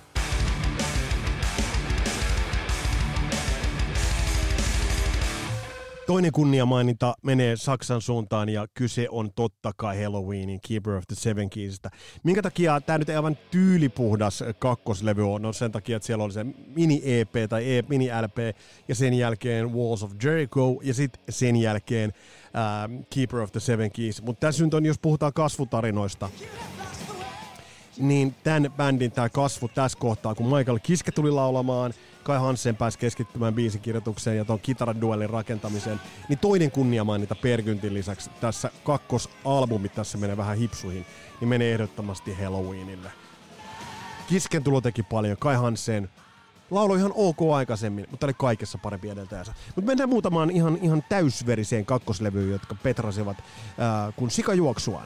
Toinen kunniamaininta menee Saksan suuntaan ja kyse on totta kai Helloweenin Keeper of the Seven Keysistä. Minkä takia tämä nyt ei aivan tyylipuhdas kakkoslevy on? No sen takia, että siellä oli se mini-E P tai e, mini-L P ja sen jälkeen Walls of Jericho ja sitten sen jälkeen äh, Keeper of the Seven Keys. Mutta tässä nyt on, jos puhutaan kasvutarinoista, niin tämän bändin tämä kasvu tässä kohtaa, kun Michael Kiske tuli laulamaan Kai Hansen pääsi keskittymään biisikirjoitukseen ja tuon kitaraduellin rakentamiseen, niin toinen kunniamaininta Per Gyntin lisäksi tässä kakkosalbumi, tässä menee vähän hipsuihin, niin menee ehdottomasti Halloweenille. Kiskentulo teki paljon, Kai Hansen lauloi ihan ok aikaisemmin, mutta oli kaikessa parempi edeltäjänsä. Mutta mennään muutamaan ihan, ihan täysveriseen kakkoslevyyn, jotka petrasivat ää, kun sika juoksuaan.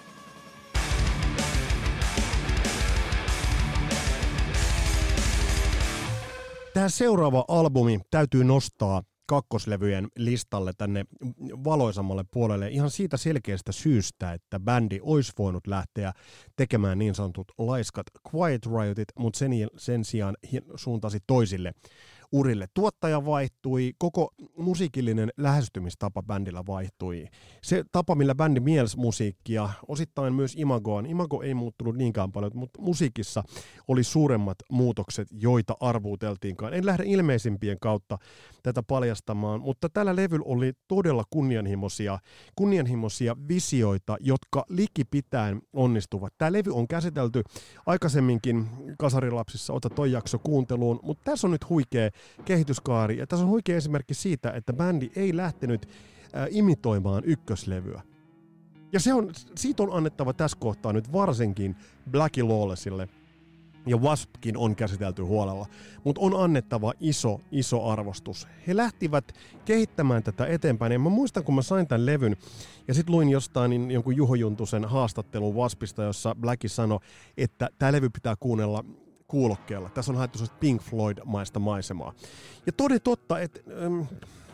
Tämä seuraava albumi täytyy nostaa kakkoslevyjen listalle tänne valoisammalle puolelle ihan siitä selkeästä syystä, että bändi olisi voinut lähteä tekemään niin sanotut laiskat Quiet Riotit, mutta sen, sen sijaan suuntasi toisille urille. Tuottaja vaihtui, koko musiikillinen lähestymistapa bändillä vaihtui. Se tapa, millä bändi mielsi musiikkia, osittain myös imagoon. Imago ei muuttunut niinkään paljon, mutta musiikissa oli suuremmat muutokset, joita arvuuteltiinkaan. En lähde ilmeisimpien kautta tätä paljastamaan, mutta tällä levyllä oli todella kunnianhimoisia, kunnianhimoisia visioita, jotka likipitäen onnistuvat. Tämä levy on käsitelty aikaisemminkin Kasarilapsissa, ota toi jakso kuunteluun, mutta tässä on nyt huikea kehityskaari. Ja tässä on huikea esimerkki siitä, että bändi ei lähtenyt äh, imitoimaan ykköslevyä. Ja se on, siitä on annettava tässä kohtaa nyt varsinkin Blackie Lawlessille. Ja W A S Pkin on käsitelty huolella. Mutta on annettava iso, iso arvostus. He lähtivät kehittämään tätä eteenpäin. Ja mä muistan, kun mä sain tämän levyn, ja sit luin jostain niin jonkun Juho Juntusen haastattelun W A S Pista, jossa Blackie sanoi, että tämä levy pitää kuunnella kuulokkeella. Tässä on haettu sellaista Pink Floyd-maista maisemaa. Ja toden totta, että ähm,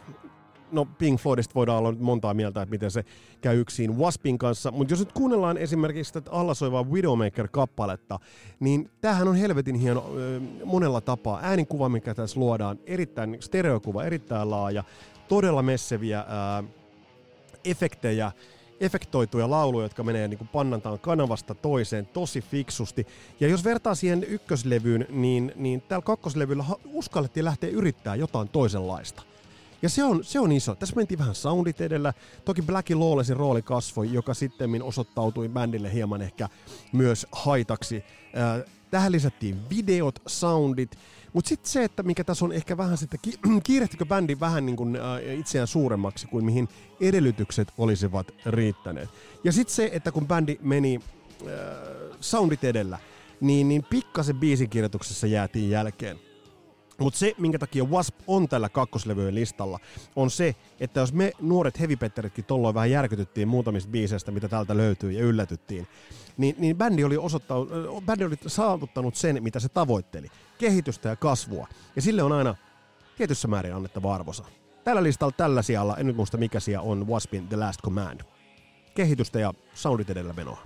no Pink Floydista voidaan olla nyt montaa mieltä, että miten se käy yksin W A S Pin kanssa, mutta jos nyt kuunnellaan esimerkiksi tätä allasoivaa Widowmaker-kappaletta, niin tämähän on helvetin hieno äh, monella tapaa. Ääninkuva, mikä tässä luodaan, erittäin stereokuva, erittäin laaja, todella messeviä äh, efektejä, efektoituja lauluja, jotka menee niin kuin pannantaan kanavasta toiseen tosi fiksusti. Ja jos vertaa siihen ykköslevyyn, niin, niin täällä kakkoslevyllä uskallettiin lähteä yrittää jotain toisenlaista. Ja se on, se on iso. Tässä mentiin vähän soundit edellä. Toki Blackie Lawlessin rooli kasvoi, joka sitten osoittautui bändille hieman ehkä myös haitaksi. Tähän lisättiin videot, soundit, mutta sitten se, että mikä tässä on ehkä vähän sitten, kiirehtikö bändi vähän niin kuin itseään suuremmaksi kuin mihin edellytykset olisivat riittäneet. Ja sitten se, että kun bändi meni äh, soundit edellä, niin, niin pikkasen biisikirjoituksessa jäätiin jälkeen. Mutta se, minkä takia W A S P on tällä kakkoslevyjen listalla, on se, että jos me nuoret heavy-petteritkin tolloin vähän järkytyttiin muutamista biiseistä, mitä täältä löytyy ja yllätyttiin, niin, niin bändi, oli bändi oli saavuttanut sen, mitä se tavoitteli. Kehitystä ja kasvua. Ja sille on aina tietyssä määrin annettava arvonsa. Tällä listalla tällä sijalla, en nyt muista mikä sija on W A S Pin The Last Command. Kehitystä ja soundit edellä menoa.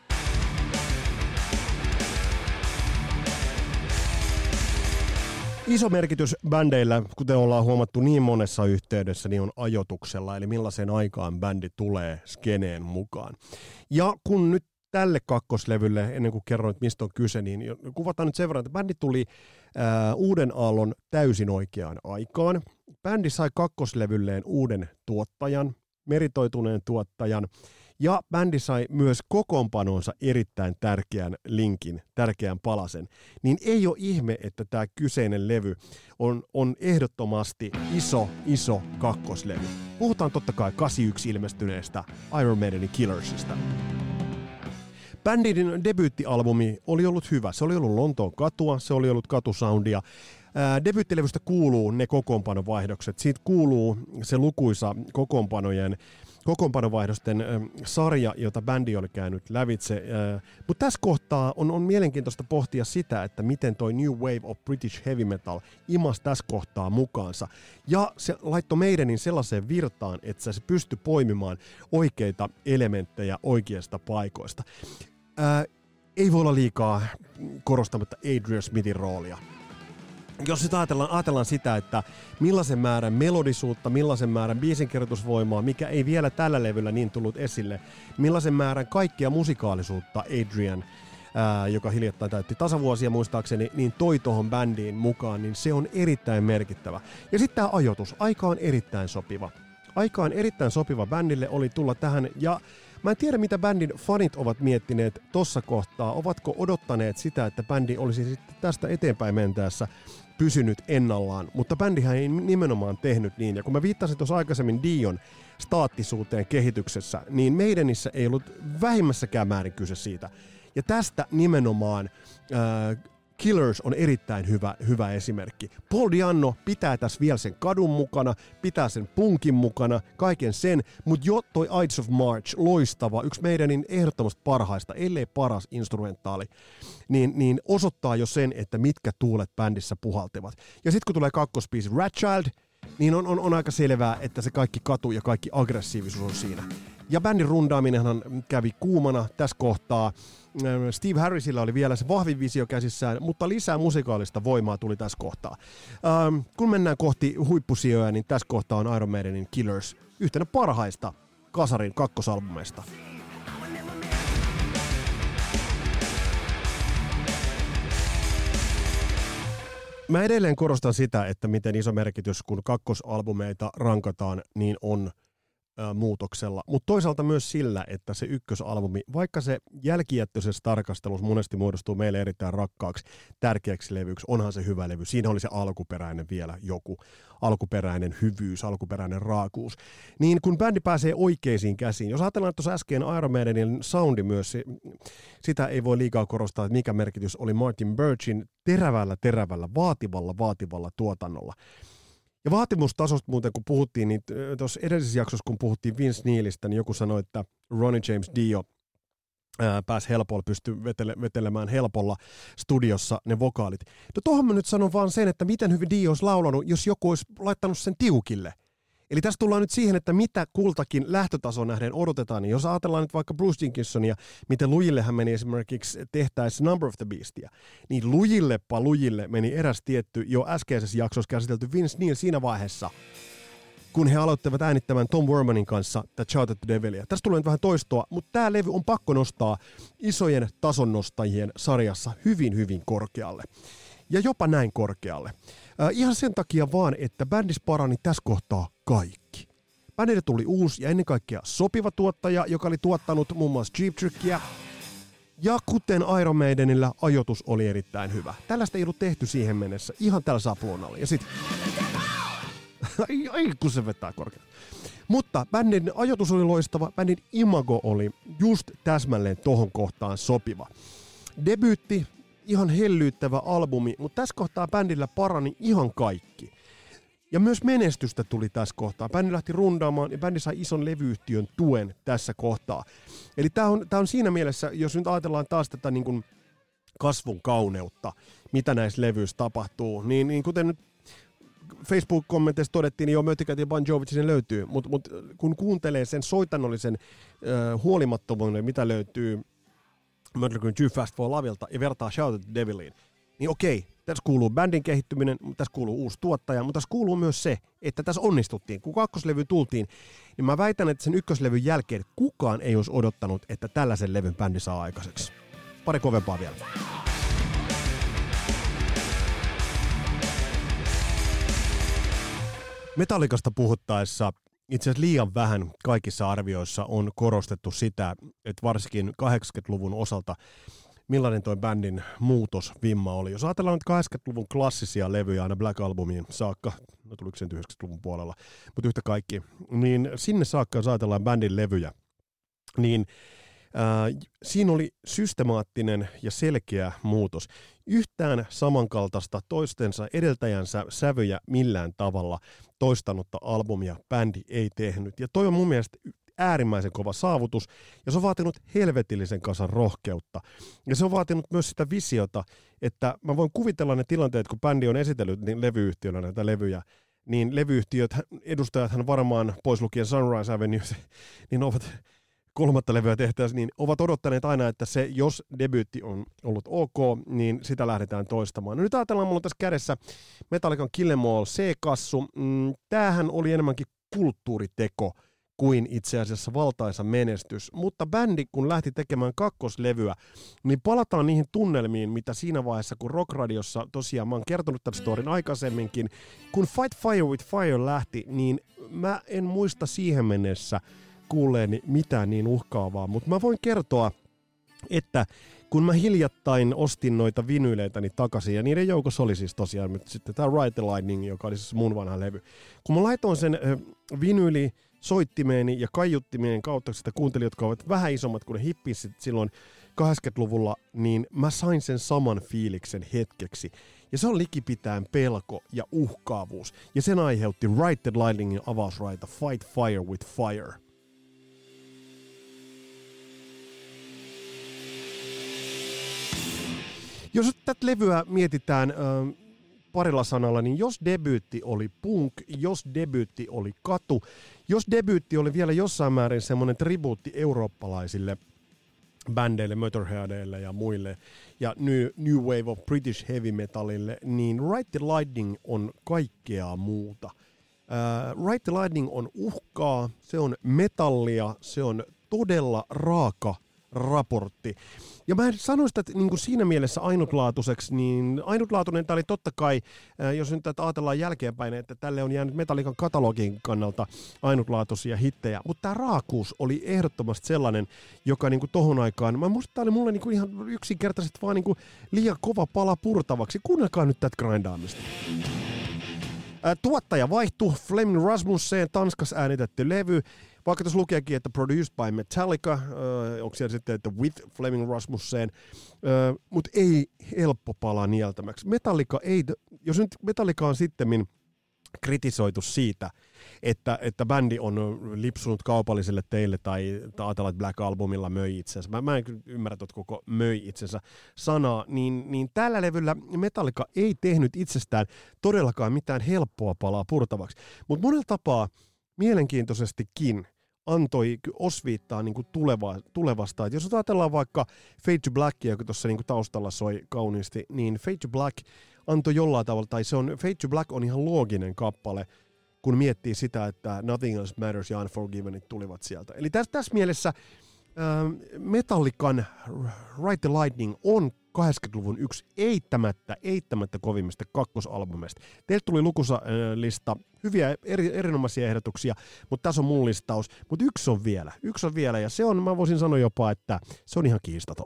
Iso merkitys bändeillä, kuten ollaan huomattu niin monessa yhteydessä, niin on ajoituksella, eli millaiseen aikaan bändi tulee skeneen mukaan. Ja kun nyt tälle kakkoslevylle, ennen kuin kerron, että mistä on kyse, niin kuvataan nyt sen verran, että bändi tuli ää, uuden aallon täysin oikeaan aikaan. Bändi sai kakkoslevylleen uuden tuottajan, meritoituneen tuottajan, ja bändi sai myös kokoonpanonsa erittäin tärkeän linkin, tärkeän palasen. Niin ei ole ihme, että tämä kyseinen levy on, on ehdottomasti iso, iso kakkoslevy. Puhutaan totta kai kahdeksankymmentäyksi ilmestyneestä Iron Maidenin Killersista. Bändin debyyttialbumi oli ollut hyvä. Se oli ollut Lontoon katua, se oli ollut katusoundia. Ää, debyyttilevystä kuuluu ne kokoonpanovaihdokset. Siitä kuuluu se lukuisa kokoonpanojen kokoonpanovaihdosten äh, sarja, jota bändi oli käynyt lävitse. Äh, Mutta tässä kohtaa on, on mielenkiintoista pohtia sitä, että miten toi New Wave of British Heavy Metal imas tässä kohtaa mukaansa. Ja se laittoi meidänin sellaiseen virtaan, että se pystyi poimimaan oikeita elementtejä oikeista paikoista. Äh, ei voi olla liikaa korostamatta Adrian Smithin roolia. Jos nyt ajatellaan, ajatellaan sitä, että millaisen määrän melodisuutta, millaisen määrän biisinkirjoitusvoimaa, mikä ei vielä tällä levyllä niin tullut esille, millaisen määrän kaikkea musikaalisuutta Adrian, ää, joka hiljattain täytti tasavuosia muistaakseni, niin toi tohon bändiin mukaan, niin se on erittäin merkittävä. Ja sitten tämä ajoitus, aika on erittäin sopiva. Aika on erittäin sopiva bändille oli tulla tähän, ja Mä en tiedä, mitä bändin fanit ovat miettineet tossa kohtaa. Ovatko odottaneet sitä, että bändi olisi sitten tästä eteenpäin mentäessä pysynyt ennallaan, mutta bändihän ei nimenomaan tehnyt niin. Ja kun mä viittasin tuossa aikaisemmin Dion staattisuuteen kehityksessä, niin Maidenissä ei ollut vähimmässäkään määrin kyse siitä. Ja tästä nimenomaan äh, Killers on erittäin hyvä, hyvä esimerkki. Paul Di'Anno pitää tässä vielä sen kadun mukana, pitää sen punkin mukana, kaiken sen, mutta jo toi Ides of March, loistava, yksi meidänin ehdottomasti parhaista, ellei paras instrumentaali, niin, niin osoittaa jo sen, että mitkä tuulet bändissä puhaltavat. Ja sitten kun tulee kakkospiisi Ratchild, niin on, on, on aika selvää, että se kaikki katu ja kaikki aggressiivisuus on siinä. Ja bändin rundaaminenhan kävi kuumana tässä kohtaa. Steve Harrisilla oli vielä se vahvin visio käsissään, mutta lisää musikaalista voimaa tuli tässä kohtaa. Ähm, kun mennään kohti huippusijoja, niin tässä kohtaa on Iron Maidenin Killers yhtenä parhaista kasarin kakkosalbumeista. Mä edelleen korostan sitä, että miten iso merkitys, kun kakkosalbumeita rankataan, niin on muutoksella, mutta toisaalta myös sillä, että se ykkösalbumi, vaikka se jälkijättöisessä tarkastelussa monesti muodostuu meille erittäin rakkaaksi, tärkeäksi levyksi, onhan se hyvä levy. Siinä oli se alkuperäinen vielä joku, alkuperäinen hyvyys, alkuperäinen raakuus. Niin kun bändi pääsee oikeisiin käsiin, jos ajatellaan tuossa äsken Iron Maidenin soundi myös, sitä ei voi liikaa korostaa, että mikä merkitys oli Martin Birchin terävällä, terävällä, vaativalla, vaativalla tuotannolla. Ja vaatimustasosta muuten, kun puhuttiin, niin tuossa edellisessä jaksossa, kun puhuttiin Vince Neilistä, niin joku sanoi, että Ronnie James Dio ää, pääsi helpolla, pystyi vetele- vetelemään helpolla studiossa ne vokaalit. No tohon mä nyt sanon vaan sen, että miten hyvin Dio olisi laulanut, jos joku olisi laittanut sen tiukille. Eli tässä tullaan nyt siihen, että mitä kultakin lähtötason nähden odotetaan. Niin jos ajatellaan nyt vaikka Bruce Dickinsonia, miten lujille hän meni esimerkiksi tehtäessä Number of the Beastia, niin lujillepa lujille meni eräs tietty jo äskeisessä jaksossa käsitelty Vince Neil siinä vaiheessa, kun he aloittavat äänittämään Tom Wermanin kanssa The Shout at the Devilia. Tässä tulee nyt vähän toistoa, mutta tämä levy on pakko nostaa isojen tasonnostajien sarjassa hyvin, hyvin korkealle. Ja jopa näin korkealle. Äh, ihan sen takia vaan, että bändissä parani tässä kohtaa kaikki. Bändille tuli uusi ja ennen kaikkea sopiva tuottaja, joka oli tuottanut muun muassa Cheap Trickia. Ja kuten Iron Maidenillä, ajoitus oli erittäin hyvä. Tällaista ei ollut tehty siihen mennessä, ihan tällä sapluunalla. Ja sit... ai, ai, kun se vetää korkealle. Mutta bändin ajoitus oli loistava, bändin imago oli just täsmälleen tohon kohtaan sopiva. Debyytti. Ihan hellyyttävä albumi, mutta tässä kohtaa bändillä parani ihan kaikki. Ja myös menestystä tuli tässä kohtaa. Bändi lähti rundaamaan ja bändi sai ison levyyhtiön tuen tässä kohtaa. Eli tämä on, tää on siinä mielessä, jos nyt ajatellaan taas tätä niin kuin kasvun kauneutta, mitä näissä levyissä tapahtuu, niin, niin kuten nyt Facebook-kommenteissa todettiin, niin joo, Mötikat ja Bon Jovit sen löytyy, mutta mut, kun kuuntelee sen soitannollisen äh, huolimattomuuden, mitä löytyy Mötley Crüe Too Fast for Lovelta ja vertaa Shout at the Deviliin, niin okei, tässä kuuluu bändin kehittyminen, tässä kuuluu uusi tuottaja, mutta tässä kuuluu myös se, että tässä onnistuttiin. Kun kakkoslevy tultiin, niin mä väitän, että sen ykköslevyn jälkeen kukaan ei olisi odottanut, että tällaisen levyn bändi saa aikaiseksi. Pari kovempaa vielä. Metallicasta puhuttaessa itse asiassa liian vähän kaikissa arvioissa on korostettu sitä, että varsinkin kahdeksankymmentäluvun osalta millainen toi bändin muutosvimma oli. Jos ajatellaan nyt kahdeksankymmentäluvun klassisia levyjä aina Black Albumiin saakka, no tuliko sen yhdeksänkymmentäluvun puolella, mutta yhtä kaikki, niin sinne saakka jos ajatellaan bändin levyjä, niin Äh, siinä oli systemaattinen ja selkeä muutos. Yhtään samankaltaista toistensa edeltäjänsä sävyjä millään tavalla toistanutta albumia bändi ei tehnyt. Ja toi on mun mielestä äärimmäisen kova saavutus, ja se on vaatinut helvetillisen kasan rohkeutta. Ja se on vaatinut myös sitä visiota, että mä voin kuvitella ne tilanteet, kun bändi on esitellyt niin levyyhtiönä näitä levyjä, niin levyyhtiöt, edustajathan varmaan pois lukien Sunrise Avenue, niin ovat kolmatta levyä tehtäisiin, niin ovat odottaneet aina, että se, jos debyytti on ollut ok, niin sitä lähdetään toistamaan. No nyt ajatellaan, mulla on tässä kädessä Metallican Kill 'Em All C-kassu. Mm, tämähän oli enemmänkin kulttuuriteko kuin itse asiassa valtaisa menestys. Mutta bändi, kun lähti tekemään kakkoslevyä, niin palataan niihin tunnelmiin, mitä siinä vaiheessa, kun Rock Radiossa, tosiaan mä oon kertonut tämän storin aikaisemminkin, kun Fight Fire with Fire lähti, niin mä en muista siihen mennessä kuulleeni mitään niin uhkaavaa, mutta mä voin kertoa, että kun mä hiljattain ostin noita vinyyleitäni takaisin, ja niiden joukossa oli siis tosiaan nyt sitten tämä Ride the Lightning, joka oli siis mun vanha levy. Kun mä laitoin sen vinyyli soittimeeni ja kaiuttimien kautta sitä kuuntelin, jotka ovat vähän isommat kuin ne hippisit silloin kahdeksankymmentäluvulla, niin mä sain sen saman fiiliksen hetkeksi. Ja se on likipitään pelko ja uhkaavuus. Ja sen aiheutti Ride the Lightningin avausraita Fight Fire with Fire. Jos nyt tätä levyä mietitään äh, parilla sanalla, niin jos debyytti oli punk, jos debyytti oli katu, jos debyytti oli vielä jossain määrin semmoinen tribuutti eurooppalaisille bändeille, Motorheadeille ja muille, ja New, New Wave of British Heavy Metalille, niin Ride the Lightning on kaikkea muuta. Uh, Ride the Lightning on uhkaa, se on metallia, se on todella raaka raportti. Ja mä sanoin sitä, että niin kuin siinä mielessä ainutlaatuiseksi, niin ainutlaatuinen tämä oli totta kai, jos nyt tätä ajatellaan jälkeenpäin, että tälle on jäänyt Metallican katalogin kannalta ainutlaatuisia hittejä, mutta tämä raakuus oli ehdottomasti sellainen, joka niin kuin tohon aikaan, mä muistan, tämä oli mulle niin kuin ihan yksinkertaisesti vaan niin kuin liian kova pala purtavaksi. Kuunnelkaa nyt tätä grindaamista. Tuottaja vaihtui, Flemming Rasmussen, Tanskassa äänitetty levy. Vaikka tuossa lukeekin, että produced by Metallica, äh, onko siellä sitten, että with Flemming Rasmussen, äh, mutta ei helppo pala nieltämäksi. Metallica ei, jos nyt Metallica on sittemmin kritisoitu siitä, että, että bändi on lipsunut kaupalliselle teille tai, tai ajatellaan, että Black Albumilla möi itsensä. Mä, mä en ymmärrä, että koko möi itsensä sanaa, niin, niin tällä levyllä Metallica ei tehnyt itsestään todellakaan mitään helppoa palaa purtavaksi. Mutta monella tapaa mielenkiintoisestikin antoi osviittaa niin kuin tuleva, tulevasta. Et jos ajatellaan vaikka Fade to Blackia, joka tuossa niin kuin taustalla soi kauniisti, niin Fade to Black antoi jollain tavalla, tai se on, Fade to Black on ihan looginen kappale, kun miettii sitä, että Nothing Else Matters ja Unforgivenit tulivat sieltä. Eli tässä, tässä mielessä äh, Metallican Ride the Lightning on kahdeksankymmentäluvun yksi eittämättä, eittämättä kovimmista kakkosalbumista. Teiltä tuli lukuisa äh, lista, hyviä eri, erinomaisia ehdotuksia, mutta tässä on mun listaus. Mutta yksi on vielä, yksi on vielä, ja se on, mä voisin sanoa jopa, että se on ihan kiistaton.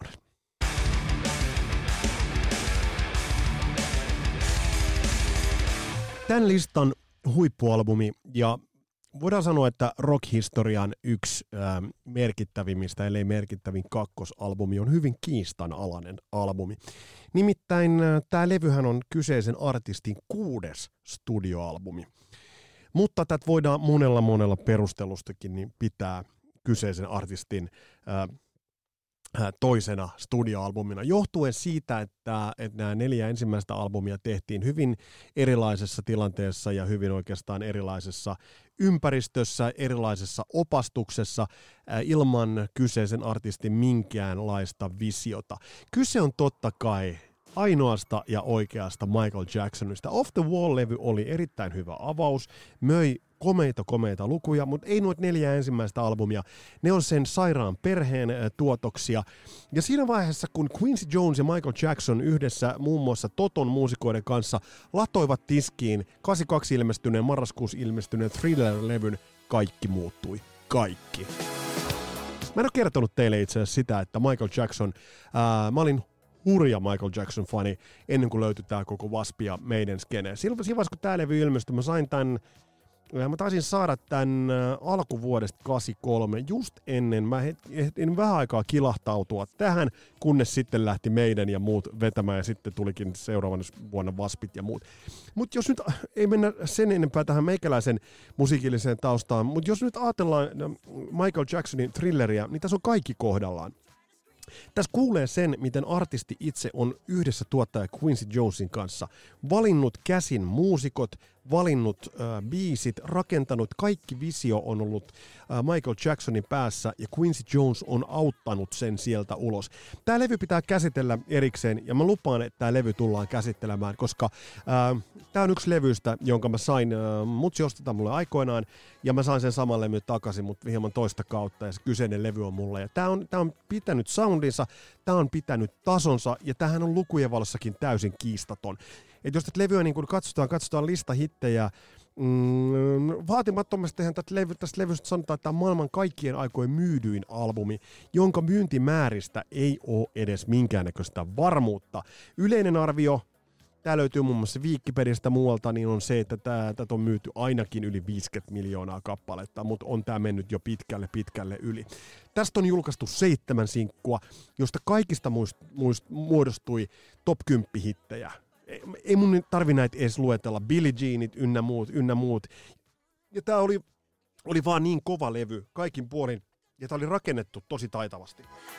Tämän listan huippualbumi, ja voidaan sanoa, että rock-historian yksi ää, merkittävimmistä, ellei merkittävin kakkosalbumi, on hyvin kiistanalainen albumi. Nimittäin tämä levyhän on kyseisen artistin kuudes studioalbumi. Mutta tätä voidaan monella monella perustelustakin niin pitää kyseisen artistin ää, toisena studioalbumina, johtuen siitä, että, että nämä neljä ensimmäistä albumia tehtiin hyvin erilaisessa tilanteessa ja hyvin oikeastaan erilaisessa ympäristössä, erilaisessa opastuksessa, ilman kyseisen artistin minkäänlaista visiota. Kyse on totta kai ainoasta ja oikeasta Michael Jacksonista. Off the Wall-levy oli erittäin hyvä avaus, möi komeita, komeita lukuja, mutta ei noita neljä ensimmäistä albumia. Ne on sen sairaan perheen tuotoksia. Ja siinä vaiheessa, kun Quincy Jones ja Michael Jackson yhdessä muun muassa Toton muusikoiden kanssa latoivat tiskiin kahdeksankymmentäkaksi ilmestyneen, marraskuussa ilmestyneen Thriller-levyn, kaikki muuttui. Kaikki. Mä en ole kertonut teille itse asiassa sitä, että Michael Jackson, ää, mä olin hurja Michael Jackson-fani ennen kuin löytyi tää koko Wasp ja meidän skene. Siinä vaiheessa, kun tää levy ilmestyi, mä sain tän Mä taisin saada tämän alkuvuodesta kahdeksankymmentäkolme just ennen. Mä ehdin vähän aikaa kilahtautua tähän, kunnes sitten lähti meidän ja muut vetämään ja sitten tulikin seuraavana vuonna Waspit ja muut. Mutta jos nyt ei mennä sen enempää tähän meikäläisen musiikilliseen taustaan, mutta jos nyt ajatellaan Michael Jacksonin Thrilleria, niin tässä on kaikki kohdallaan. Tässä kuulee sen, miten artisti itse on yhdessä tuottaja Quincy Jonesin kanssa valinnut käsin muusikot, valinnut äh, biisit, rakentanut, kaikki visio on ollut äh, Michael Jacksonin päässä ja Quincy Jones on auttanut sen sieltä ulos. Tämä levy pitää käsitellä erikseen ja mä lupaan, että tämä levy tullaan käsittelemään, koska äh, tämä on yksi levyistä, jonka mä sain, äh, mutsi ostetaan mulle aikoinaan ja mä sain sen saman levyn takaisin, mutta hieman toista kautta ja se kyseinen levy on mulle. Ja tämä on, tämä on pitänyt soundinsa, tämä on pitänyt tasonsa ja tämähän on lukujen valossakin täysin kiistaton. Et jos tätä levyä niin kun katsotaan, katsotaan listahittejä Mm, vaatimattomasti tästä, levy, tästä levystä sanotaan, että tämä on maailman kaikkien aikojen myydyin albumi, jonka myyntimääristä ei ole edes minkäännäköistä varmuutta. Yleinen arvio, tämä löytyy muun muassa Wikipediasta muualta, niin on se, että tämä, tätä on myyty ainakin yli viisikymmentä miljoonaa kappaletta, mutta on tämä mennyt jo pitkälle pitkälle yli. Tästä on julkaistu seitsemän sinkkua, josta kaikista muist, muist, muodostui top kymmenen hittejä. Ei mun tarvi näitä edes luetella, Billie Jeanit ynnä muut, ynnä muut. Ja tää oli, oli vaan niin kova levy kaikin puolin, ja tää oli rakennettu tosi taitavasti.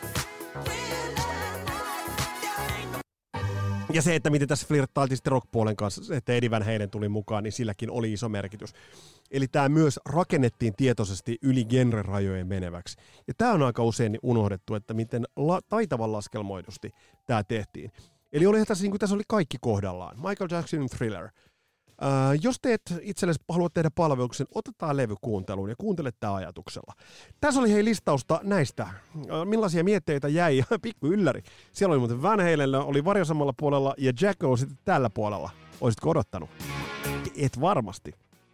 Ja se, että miten tässä flirttailtiin sitten rock-puolen kanssa, että Eddie Van Halen tuli mukaan, niin silläkin oli iso merkitys. Eli tää myös rakennettiin tietoisesti yli genrerajojen meneväksi. Ja tää on aika usein unohdettu, että miten la- taitavan laskelmoidusti tää tehtiin. Eli oli tässä, niin kuin tässä oli kaikki kohdallaan. Michael Jacksonin Thriller. Ää, jos teet itsellesi haluat tehdä palveluksen, otetaan levy kuunteluun ja kuuntele tämä ajatuksella. Tässä oli hei listausta näistä. Ää, millaisia mietteitä jäi? Pikku ylläri. Siellä oli muuten Van Halenilla, oli varjosamalla puolella ja Jacko sitten tällä puolella. Olisitko odottanut? Et varmasti.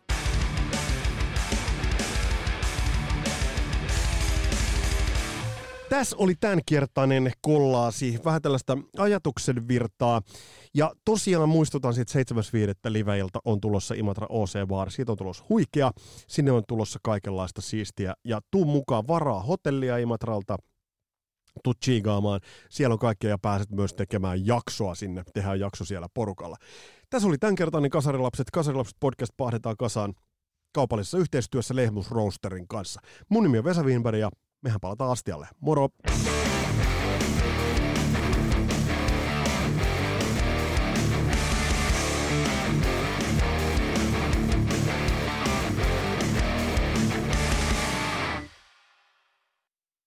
Tässä oli tämänkertainen kollaasi, vähän tällaista ajatuksen virtaa. Ja tosiaan muistutan siitä seitsemäs viidettä live-ilta on tulossa Imatra O C Bar. Siitä on tulossa huikea, sinne on tulossa kaikenlaista siistiä. Ja tuu mukaan, varaa hotellia Imatralta, tuu chiigaamaan. Siellä on kaikkea ja pääset myös tekemään jaksoa sinne, tehdään jakso siellä porukalla. Tässä oli tämänkertainen Kasarilapset. Kasarilapset podcast pahdetaan kasaan kaupallisessa yhteistyössä Lehmus Roasterin kanssa. Mun nimi on Vesa Wienberg ja mehän palataan astialle. Moro!